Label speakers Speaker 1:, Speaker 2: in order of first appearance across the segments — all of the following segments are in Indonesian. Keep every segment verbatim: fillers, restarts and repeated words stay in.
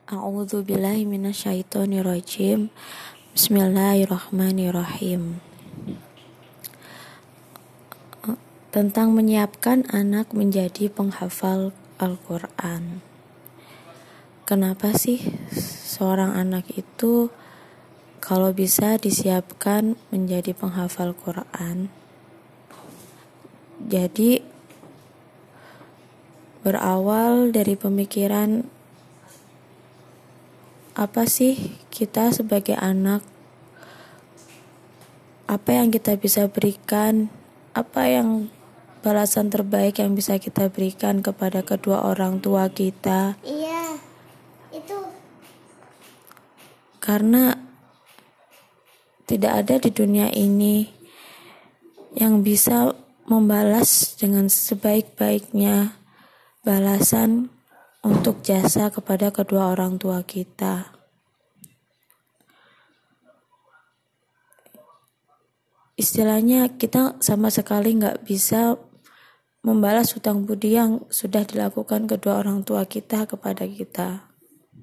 Speaker 1: A'udzu billahi minasyaitonir rajim. Bismillahirrahmanirrahim. Tentang menyiapkan anak menjadi penghafal Al-Qur'an. Kenapa sih seorang anak itu kalau bisa disiapkan menjadi penghafal Quran? Jadi berawal dari pemikiran, apa sih kita sebagai anak, apa yang kita bisa berikan, apa yang balasan terbaik yang bisa kita berikan kepada kedua orang tua kita.
Speaker 2: Iya, itu.
Speaker 1: Karena tidak ada di dunia ini yang bisa membalas dengan sebaik-baiknya balasan untuk jasa kepada kedua orang tua kita. Istilahnya kita sama sekali nggak bisa membalas hutang budi yang sudah dilakukan kedua orang tua kita kepada kita.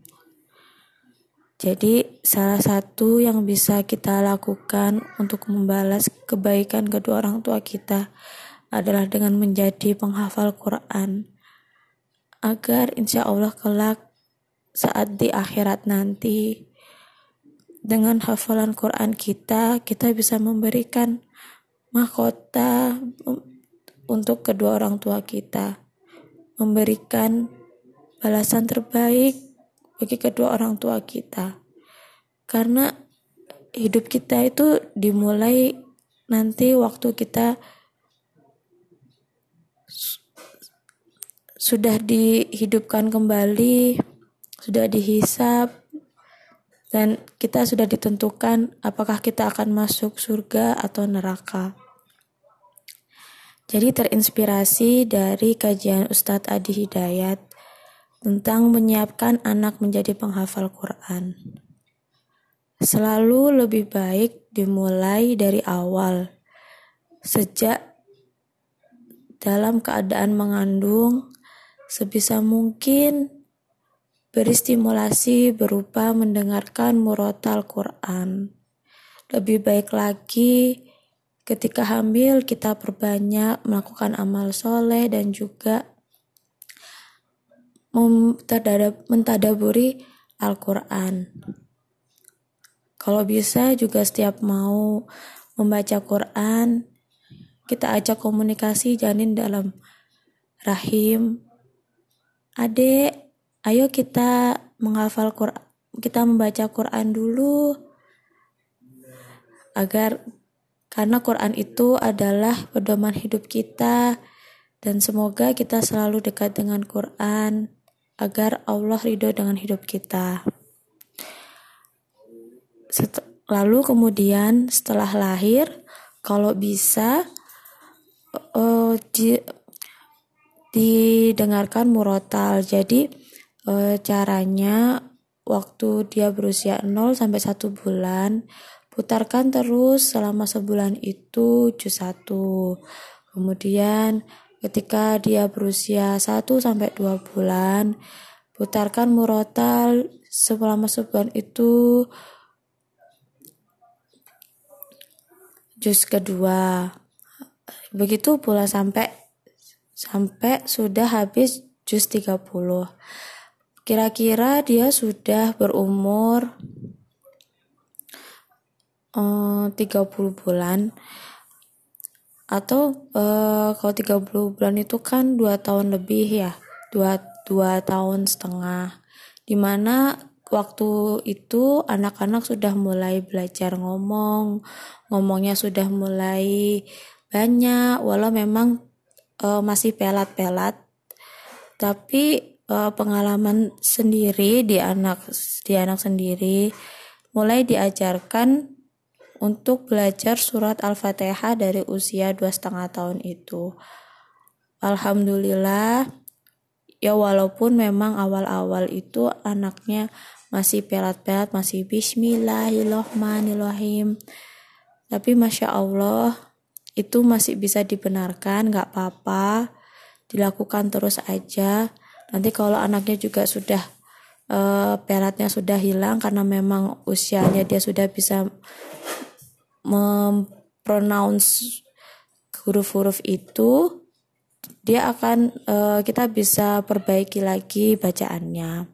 Speaker 1: Jadi salah satu yang bisa kita lakukan untuk membalas kebaikan kedua orang tua kita adalah dengan menjadi penghafal Quran. Agar insya Allah kelak saat di akhirat nanti, dengan hafalan Quran kita, kita bisa memberikan mahkota untuk kedua orang tua kita, memberikan balasan terbaik bagi kedua orang tua kita. Karena hidup kita itu dimulai nanti waktu kita sudah dihidupkan kembali, sudah dihisab, dan kita sudah ditentukan apakah kita akan masuk surga atau neraka. Jadi terinspirasi dari kajian Ustadz Adi Hidayat tentang menyiapkan anak menjadi penghafal Quran. Selalu lebih baik dimulai dari awal, sejak dalam keadaan mengandung. Sebisa mungkin beri stimulasi berupa mendengarkan murotal Quran. Lebih baik lagi ketika hamil kita perbanyak melakukan amal soleh dan juga mentadaburi Al-Quran. Kalau bisa juga setiap mau membaca Quran, kita ajak komunikasi janin dalam rahim. Adek, ayo kita menghafal Quran, kita membaca Quran dulu. Agar, karena Quran itu adalah pedoman hidup kita, dan semoga kita selalu dekat dengan Quran, agar Allah ridho dengan hidup kita. Set- lalu kemudian setelah lahir, kalau bisa uh, di didengarkan murotal. Jadi e, caranya waktu dia berusia nol sampai satu bulan, putarkan terus selama sebulan itu juz satu. Kemudian ketika dia berusia satu sampai dua bulan, putarkan murotal selama sebulan itu juz kedua. Begitu pula sampai sampai sudah habis juz tiga puluh. Kira-kira dia sudah berumur uh, tiga puluh bulan. Atau uh, kalau tiga puluh bulan itu kan dua tahun lebih ya. dua tahun setengah. Dimana waktu itu anak-anak sudah mulai belajar ngomong. Ngomongnya sudah mulai banyak, walau memang Uh, masih pelat-pelat, tapi uh, pengalaman sendiri di anak di anak sendiri mulai diajarkan untuk belajar surat Al-Fatihah dari usia dua setengah tahun itu. Alhamdulillah ya, walaupun memang awal-awal itu anaknya masih pelat-pelat, masih Bismillahirrahmanirrahim, tapi Masya Allah itu masih bisa dibenarkan, gak apa-apa, dilakukan terus aja. Nanti kalau anaknya juga sudah uh, pelatnya sudah hilang karena memang usianya dia sudah bisa mempronounce huruf-huruf itu, dia akan uh, kita bisa perbaiki lagi bacaannya.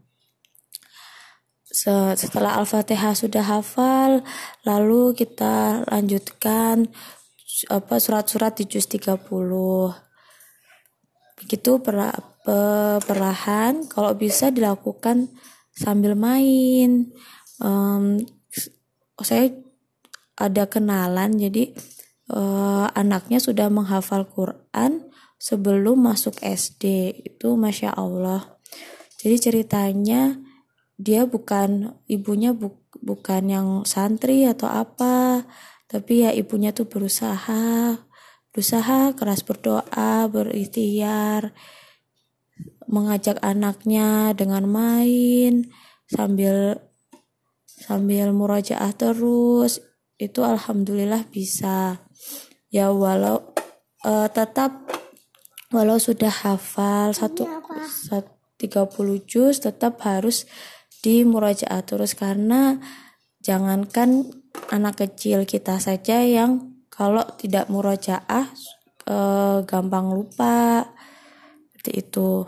Speaker 1: Setelah Al-Fatihah sudah hafal, lalu kita lanjutkan apa surat-surat di juz tiga puluh. Begitu perlahan, kalau bisa dilakukan sambil main. Um, saya ada kenalan, jadi uh, anaknya sudah menghafal Quran sebelum masuk S D. Itu Masya Allah. Jadi ceritanya dia bukan, ibunya bu, bukan yang santri atau apa, tapi ya ibunya tuh berusaha, berusaha keras berdoa, berikhtiar, mengajak anaknya dengan main, sambil sambil murojaah terus, itu alhamdulillah bisa. Ya walau uh, tetap walau sudah hafal satu tiga puluh juz, tetap harus di murojaah terus, karena jangankan anak kecil, kita saja yang kalau tidak murojaah eh, gampang lupa seperti itu.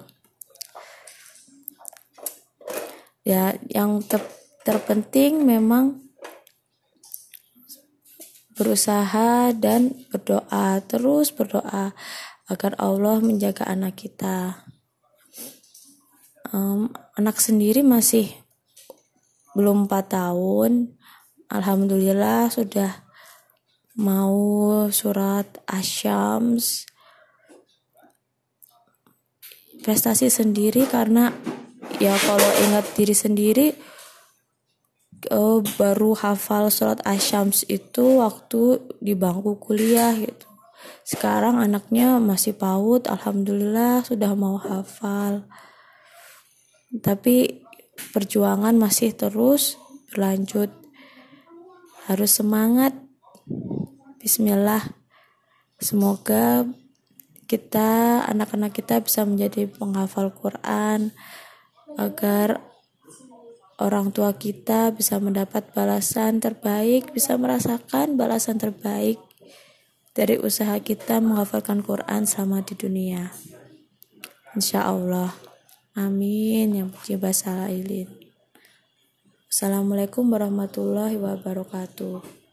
Speaker 1: Ya, yang ter- terpenting memang berusaha dan berdoa, terus berdoa agar Allah menjaga anak kita. Um, anak sendiri masih belum empat tahun, alhamdulillah sudah mau surat Asy-Syams. Prestasi sendiri karena ya kalau ingat diri sendiri, oh, baru hafal surat Asy-Syams itu waktu di bangku kuliah gitu. Sekarang anaknya masih PAUD, alhamdulillah sudah mau hafal. Tapi perjuangan masih terus berlanjut. Harus semangat. Bismillah. Semoga kita, anak-anak kita bisa menjadi penghafal Quran, agar orang tua kita bisa mendapat balasan terbaik, bisa merasakan balasan terbaik dari usaha kita menghafalkan Quran selama di dunia. Insya Allah. Amin. Yang puji bahasa Ailin. Assalamualaikum warahmatullahi wabarakatuh.